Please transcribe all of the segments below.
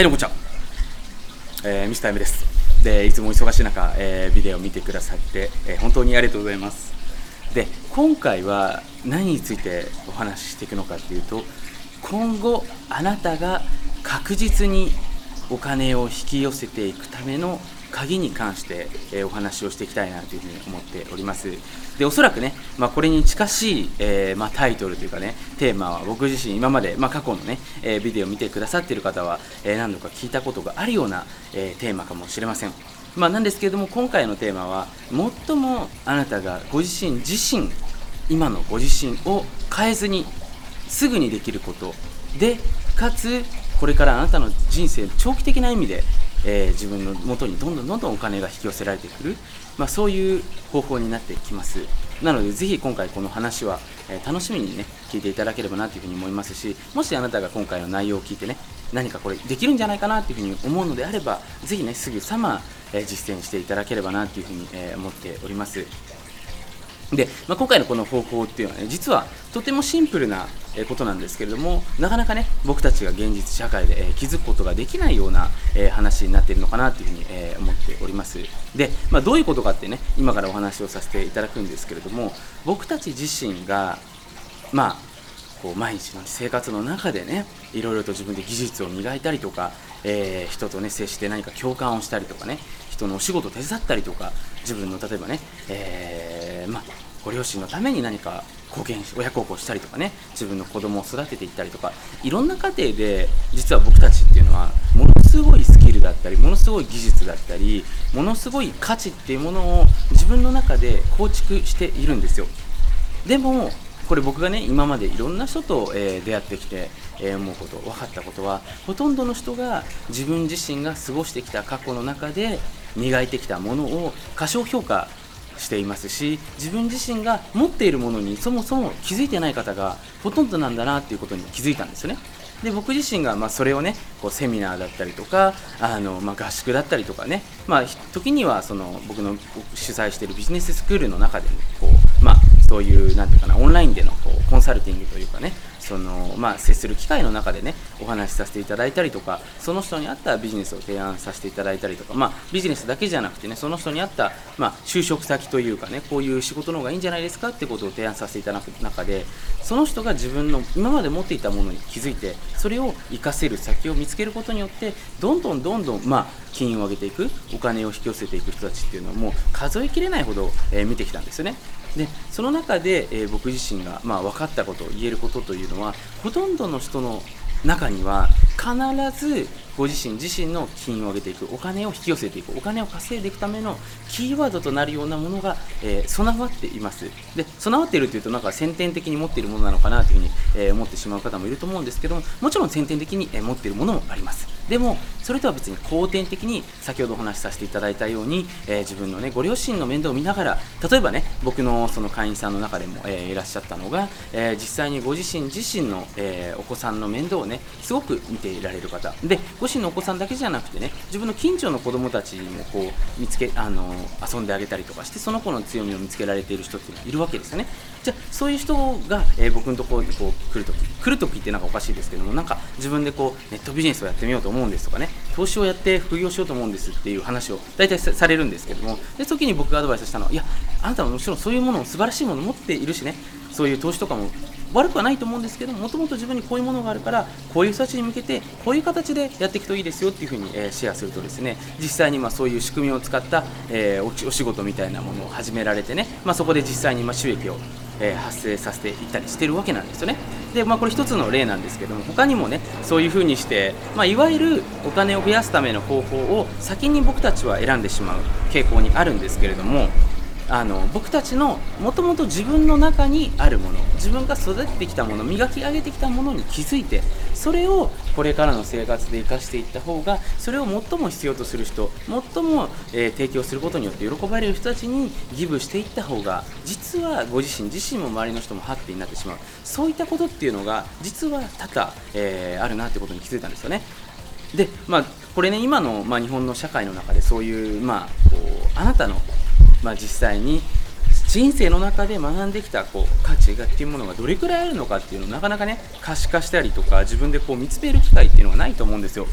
はい、どうもこんにちは、ミスター M です。で、いつも忙しい中、ビデオを見てくださって、本当にありがとうございます。で、今回は何についてお話ししていくのかというと、今後あなたが確実にお金を引き寄せていくための鍵に関して、お話をしていきたいなというふうに思っております。で、おそらくね、これに近しい、タイトルというかね、テーマは僕自身今まで、過去のね、ビデオを見てくださっている方は、何度か聞いたことがあるような、テーマかもしれません。なんですけれども、今回のテーマは最もあなたがご自身今のご自身を変えずにすぐにできることで、かつこれからあなたの人生長期的な意味で、自分の元にどんどんお金が引き寄せられてくる、そういう方法になってきます。なのでぜひ今回この話は、楽しみにね聞いていただければなというふうに思いますし、もしあなたが今回の内容を聞いてね、何かこれできるんじゃないかなというふうに思うのであれば、ぜひねすぐさま、実践していただければなというふうに、思っております。で、今回のこの方法っていうのはね、実はとてもシンプルなことなんですけれども、なかなかね僕たちが現実社会で気づくことができないような話になっているのかなというふうに思っております。で、どういうことかってね、今からお話をさせていただくんですけれども、僕たち自身がこう毎日の生活の中でね、いろいろと自分で技術を磨いたりとか、人とね接して何か共感をしたりとかね、人のお仕事を手伝ったりとか、自分の例えばね、ご両親のために何か親孝行したりとかね、自分の子供を育てていったりとか、いろんな過程で実は僕たちっていうのはものすごいスキルだったり、ものすごい技術だったり、ものすごい価値っていうものを自分の中で構築しているんですよ。でもこれ僕がね今までいろんな人と、出会ってきて、思うこと、分かったことは、ほとんどの人が自分自身が過ごしてきた過去の中で磨いてきたものを過小評価していますし、自分自身が持っているものにそもそも気づいてない方がほとんどなんだなっていうことに気づいたんですよね。で、僕自身がそれをねこうセミナーだったりとか合宿だったりとかね、時にはその僕の主催しているビジネススクールの中でもこうそういうなんていうかな、オンラインでのこうコンサルティングというかね、接する機会の中でねお話しさせていただいたりとか、その人に合ったビジネスを提案させていただいたりとか、ビジネスだけじゃなくてね、その人に合った、就職先というかね、こういう仕事の方がいいんじゃないですかってことを提案させていただく中で、その人が自分の今まで持っていたものに気づいて、それを活かせる先を見つけることによって、どんどん金運を上げていく、お金を引き寄せていく人たちっていうのはもう数えきれないほど、見てきたんですよね。で、その中で、僕自身が、分かったこと、言えることというのは、ほとんどの人の中には必ずご自身の金運を上げていく、お金を引き寄せていく、お金を稼いでいくためのキーワードとなるようなものが、備わっています。で、備わっているというとなんか先天的に持っているものなのかなというふうに、思ってしまう方もいると思うんですけども、もちろん先天的に、持っているものもあります。でもそれとは別に後天的に、先ほどお話しさせていただいたように、自分のねご両親の面倒を見ながら、例えばね僕のその会員さんの中でも、いらっしゃったのが、実際にご自身の、お子さんの面倒をねすごく見ていられる方で、ご自身のお子さんだけじゃなくてね、自分の近所の子供たちにもこう遊んであげたりとかして、その子の強みを見つけられている人っているわけですよね。じゃあそういう人が、僕のところにこう来るときってなんかおかしいですけども、なんか自分でこうネットビジネスをやってみようと思うんですとかね、投資をやって副業しようと思うんですっていう話を大体されるんですけども、で時に僕がアドバイスしたのは、いや、あなたはもちろんそういうものを素晴らしいものを持っているしね、そういう投資とかも悪くはないと思うんですけども、もともと自分にこういうものがあるから、こういう人たちに向けてこういう形でやっていくといいですよっていうふうに、シェアするとですね、実際にそういう仕組みを使った、お仕事みたいなものを始められてね、そこで実際に収益を発生させていったりしてるわけなんですよね。で、これ一つの例なんですけども、他にもねそういう風にして、いわゆるお金を増やすための方法を先に僕たちは選んでしまう傾向にあるんですけれども、僕たちのもともと自分の中にあるもの、自分が育ててきたもの、磨き上げてきたものに気づいて、それをこれからの生活で生かしていった方が、それを最も必要とする人、最も、提供することによって喜ばれる人たちにギブしていった方が、実はご自身も周りの人もハッピーになってしまう、そういったことっていうのが実は多々、あるなってことに気づいたんですよね。で、これね今の、日本の社会の中でそういう、こうあなたの実際に人生の中で学んできた価値がっていうものがどれくらいあるのかっていうのをなかなかね可視化したりとか、自分で見つめる機会っていうのがないと思うんですよ。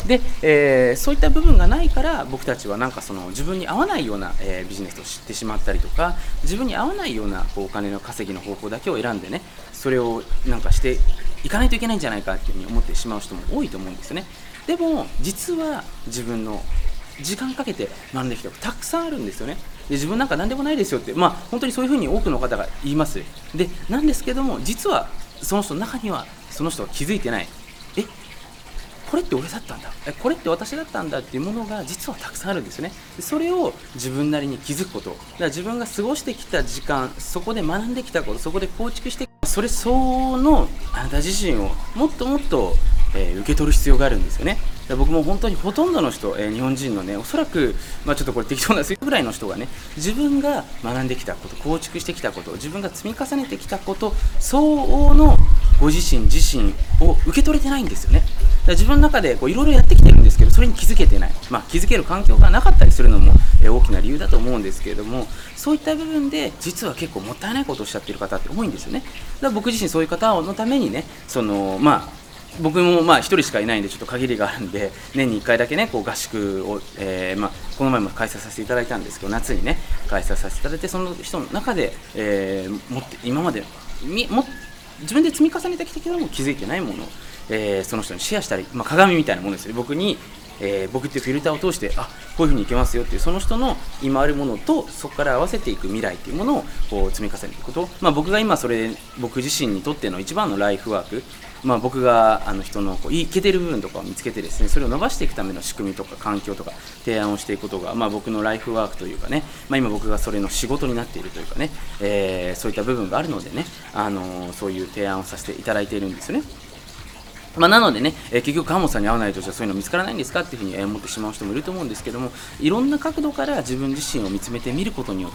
で、そういった部分がないから僕たちはなんかその自分に合わないような、ビジネスを知ってしまったりとか、自分に合わないようなこうお金の稼ぎの方法だけを選んでね、それをなんかしていかないといけないんじゃないかっていうふうに思ってしまう人も多いと思うんですよね。でも実は自分の時間かけて学んできたことたくさんあるんですよね。で自分なんか何でもないですよって、本当にそういうふうに多くの方が言います。でなんですけども、実はその人の中にはその人は気づいてない、これって俺だったんだ、これって私だったんだっていうものが実はたくさんあるんですよね。でそれを自分なりに気づくこと、だから自分が過ごしてきた時間、そこで学んできたこと、そこで構築してそれ相応のあなた自身をもっともっと、受け取る必要があるんですよね。で僕も本当にほとんどの人、日本人のね、おそらく、ちょっとこれ適当な数ぐらいの人がね、自分が学んできたこと、構築してきたこと、自分が積み重ねてきたこと相応のご自身を受け取れてないんですよね。だから自分の中でいろいろやってきてるんですけど、それに気づけてない、気づける環境がなかったりするのも、大きな理由だと思うんですけれども、そういった部分で実は結構もったいないことをしちゃっている方って多いんですよね。だから僕自身そういう方のためにね、僕も1人しかいないんでちょっと限りがあるんで、年に1回だけねこう合宿を、この前も開催させていただいたんですけど、夏にね開催させていただいて、その人の中で、今まで自分で積み重ねてきたけども気づいてないものを、その人にシェアしたり、鏡みたいなものですね。僕っていうフィルターを通して、こういう風にいけますよっていう、その人の今あるものとそこから合わせていく未来っていうものをこう積み重ねていくこと、僕が今僕自身にとっての一番のライフワーク、僕が人のいけてる部分とかを見つけてですね、それを伸ばしていくための仕組みとか環境とか提案をしていくことが、僕のライフワークというかね、今僕がそれの仕事になっているというかね、そういった部分があるのでね、そういう提案をさせていただいているんですよね。なのでね、結局川本さんに会わないとじゃあそういうの見つからないんですかっていうふうに思ってしまう人もいると思うんですけども、いろんな角度から自分自身を見つめてみることによって、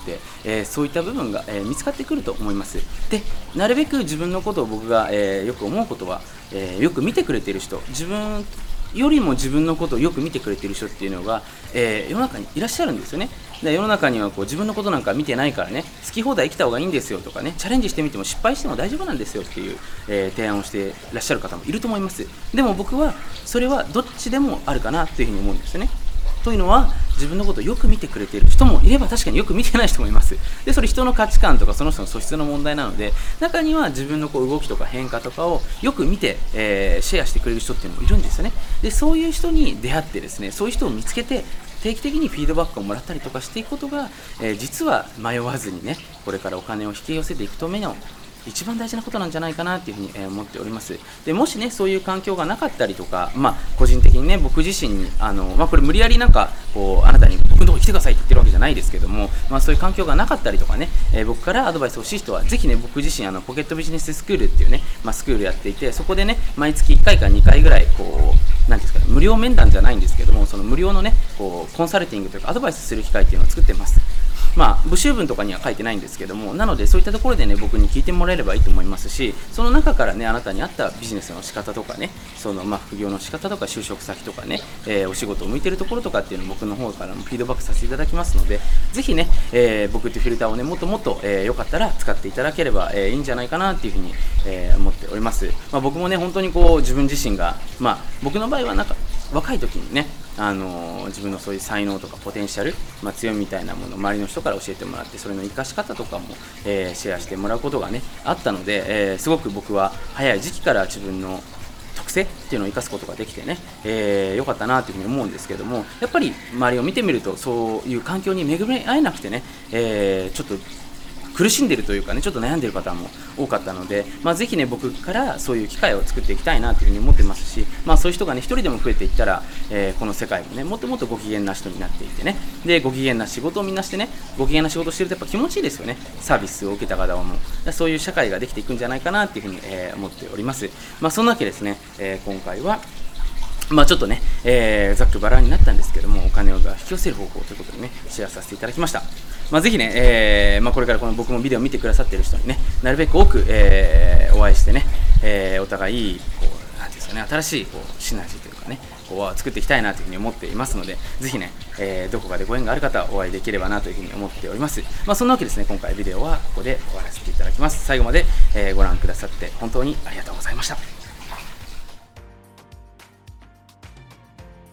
そういった部分が、見つかってくると思います。でなるべく自分のことを僕が、よく思うことは、よく見てくれている人、自分よりも自分のことをよく見てくれている人っていうのが、世の中にいらっしゃるんですよね。で世の中には自分のことなんか見てないからね、好き放題生きた方がいいんですよとかね、チャレンジしてみても失敗しても大丈夫なんですよっていう、提案をしていらっしゃる方もいると思います。でも僕はそれはどっちでもあるかなというふうに思うんですよね。というのは、自分のことをよく見てくれている人もいれば、確かによく見てない人もいます。でそれ人の価値観とかその人の素質の問題なので、中には自分の動きとか変化とかをよく見て、シェアしてくれる人っていうのもいるんですよね。でそういう人に出会ってですね、そういう人を見つけて定期的にフィードバックをもらったりとかしていくことが、実は迷わずにね、これからお金を引き寄せていくための一番大事なことなんじゃないかなというふうに思っております。でもしねそういう環境がなかったりとか、個人的にね僕自身にこれ無理やりなんかあなたに僕のところに来てくださいって言ってるわけじゃないですけども、そういう環境がなかったりとかね、僕からアドバイスを欲しい人はぜひね、僕自身ポケットビジネススクールっていうね、スクールやっていて、そこでね毎月1回か2回ぐらいなんですかね、無料面談じゃないんですけども、その無料のねコンサルティングというかアドバイスする機会っていうのを作ってます。募集文とかには書いてないんですけども、なのでそういったところでね僕に聞いてもらえればいいと思いますし、その中からねあなたに合ったビジネスの仕方とかね、副業の仕方とか就職先とかね、お仕事を向いてるところとかっていうのを僕の方からもフィードバックさせていただきますので、ぜひね、僕っていうフィルターをねもっともっと、よかったら使っていただければ、いいんじゃないかなっていうふうに、思っております。僕もね本当に自分自身が、僕の場合はなんか若い時にね、自分のそういう才能とかポテンシャル、強みみたいなものを周りの人から教えてもらって、それの活かし方とかも、シェアしてもらうことがねあったので、すごく僕は早い時期から自分の特性っていうのを生かすことができてね、良かったなというふうに思うんですけども、やっぱり周りを見てみるとそういう環境に恵め合えなくてね、ちょっと苦しんでいるというかね、ちょっと悩んでいる方も多かったので、ぜひね僕からそういう機会を作っていきたいなというふうに思ってますし、そういう人がね一人でも増えていったら、この世界もねもっともっとご機嫌な人になっていってね、でご機嫌な仕事をみんなしてね、ご機嫌な仕事をしてるとやっぱ気持ちいいですよね。サービスを受けた方はもうそういう社会ができていくんじゃないかなというふうに、思っております。そんなわけですね、今回はちょっとね、ざっくばらんになったんですけども、お金を引き寄せる方法ということでねシェアさせていただきました。ぜひね、これからこの僕のビデオを見てくださっている人にねなるべく多く、お会いしてね、お互いなんていうんですかね、新しいシナジーというかね作っていきたいなというふうに思っていますので、ぜひね、どこかでご縁がある方はお会いできればなというふうに思っております。そんなわけですね、今回ビデオはここで終わらせていただきます。最後まで、ご覧くださって本当にありがとうございました。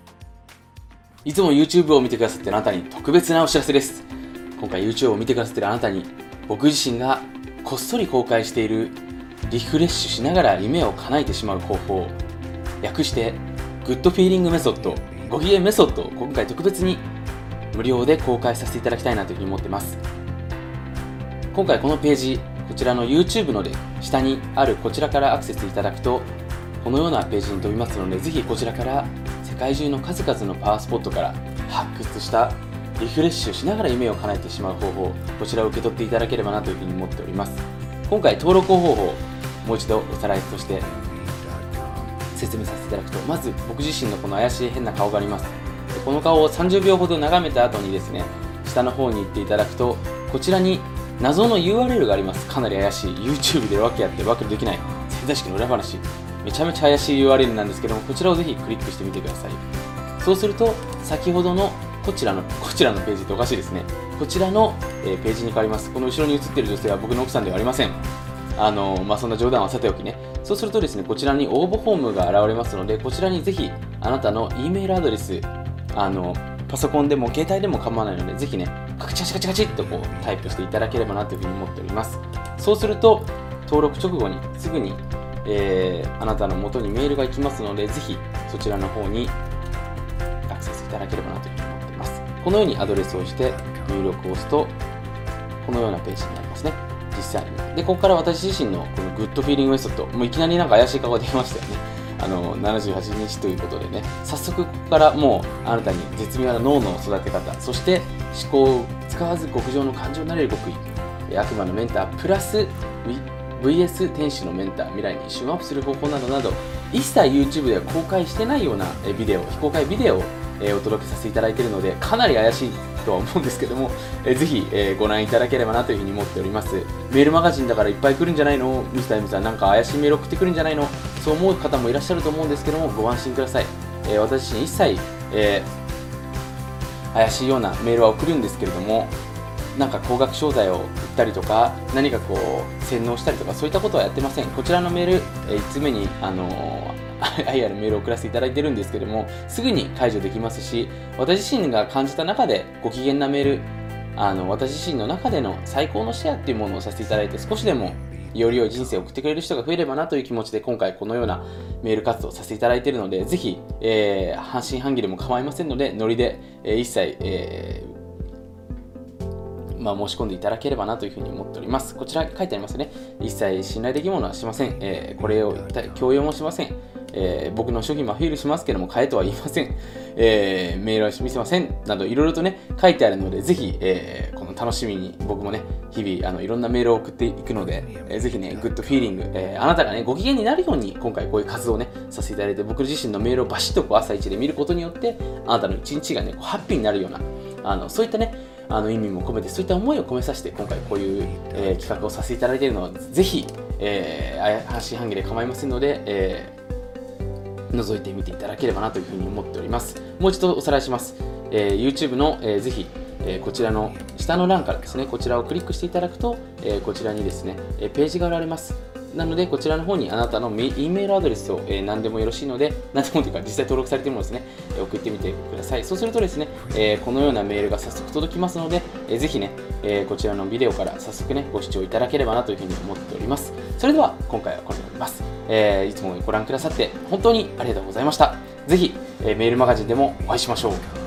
いつも YouTube を見てくださっているあなたに特別なお知らせです。今回 YouTube を見てくださっているあなたに、僕自身がこっそり公開しているリフレッシュしながら夢を叶えてしまう方法、略してグッドフィーリングメソッド、ご機嫌メソッドを今回特別に無料で公開させていただきたいなというふうに思っています。今回このページ、こちらの YouTube ので下にあるこちらからアクセスいただくと、このようなページに飛びますので、ぜひこちらから世界中の数々のパワースポットから発掘したリフレッシュしながら夢を叶えてしまう方法、こちらを受け取っていただければなというふうに思っております。今回登録方法をもう一度おさらいとして説明させていただくと、まず僕自身のこの怪しい変な顔があります。この顔を30秒ほど眺めた後にですね、下の方に行っていただくと、こちらに謎の URL があります。かなり怪しい YouTube で訳あって訳できない潜在意識の裏話、めちゃめちゃ怪しい URL なんですけども、こちらをぜひクリックしてみてください。そうすると先ほどのこちらのページっておかしいですね。こちらのページに変わります。この後ろに映っている女性は僕の奥さんではありません。そんな冗談はさておきね。そうするとですね、こちらに応募フォームが現れますので、こちらにぜひあなたの E メールアドレス、パソコンでも携帯でも構わないので、ぜひね、カチカチカチカチっとこうタイプしていただければなというふうに思っております。そうすると登録直後にすぐに、あなたの元にメールが行きますので、ぜひそちらの方にアクセスいただければなというふうに思っています。このようにアドレスをして入力を押すと、このようなページになりますね。実際に。で、ここから私自身のこのグッドフィーリングメソッド、もういきなりなんか怪しい顔が出ましたよね。78日ということでね、早速ここからもうあなたに絶妙な脳の育て方、そして思考を使わず極上の感情になれる極意、悪魔のメンタープラス VS 天使のメンター、未来にシューアップする方法などなど、一切 YouTube では公開してないようなビデオ、非公開ビデオをお届けさせていただいているので、かなり怪しいとは思うんですけども、ぜひご覧いただければなというふうに思っております。メールマガジンだからいっぱい来るんじゃないの、ミスター M さん、なんか怪しいメール送ってくるんじゃないの、そう思う方もいらっしゃると思うんですけども、ご安心ください。私自身一切、怪しいようなメールは送るんですけれども、なんか高額商材を売ったりとか、何かこう洗脳したりとか、そういったことはやってません。こちらのメール、1つ目に愛あるメールを送らせていただいてるんですけども、すぐに解除できますし、私自身が感じた中でご機嫌なメール、私自身の中での最高のシェアっていうものをさせていただいて、少しでもより良い人生を送ってくれる人が増えればなという気持ちで、今回このようなメール活動をさせていただいているので、ぜひ、半信半疑でも構いませんので、ノリで、一切、申し込んでいただければなというふうに思っております。こちら書いてありますね。一切信頼できるものはしません。これを強要もしません。僕の商品もアピールしますけども、買えとは言いません。メールは見せません。などいろいろとね、書いてあるので、ぜひ、この楽しみに僕もね、日々いろんなメールを送っていくので、ぜひね、グッドフィーリング、あなたがね、ご機嫌になるように、今回こういう活動をね、させていただいて、僕自身のメールをバシッとこう朝一で見ることによって、あなたの一日がね、こうハッピーになるような、そういったね、意味も込めて、そういった思いを込めさせて、今回こういう、企画をさせていただいているので、ぜひ、半信半疑で構いませんので、覗いてみていただければなというふうに思っております。もう一度おさらいします。YouTube の、ぜひ、こちらの下の欄からですね、こちらをクリックしていただくと、こちらにですね、ページが現れます。なので、こちらの方にあなたの E メールアドレスを、何でもよろしいので、何でもというか実際登録されているものですね、送ってみてください。そうするとですね、このようなメールが早速届きますので、ぜひね、こちらのビデオから早速ね、ご視聴いただければなというふうに思っております。それでは、今回はこれで終わります。いつもご覧くださって本当にありがとうございました。ぜひ、メールマガジンでもお会いしましょう。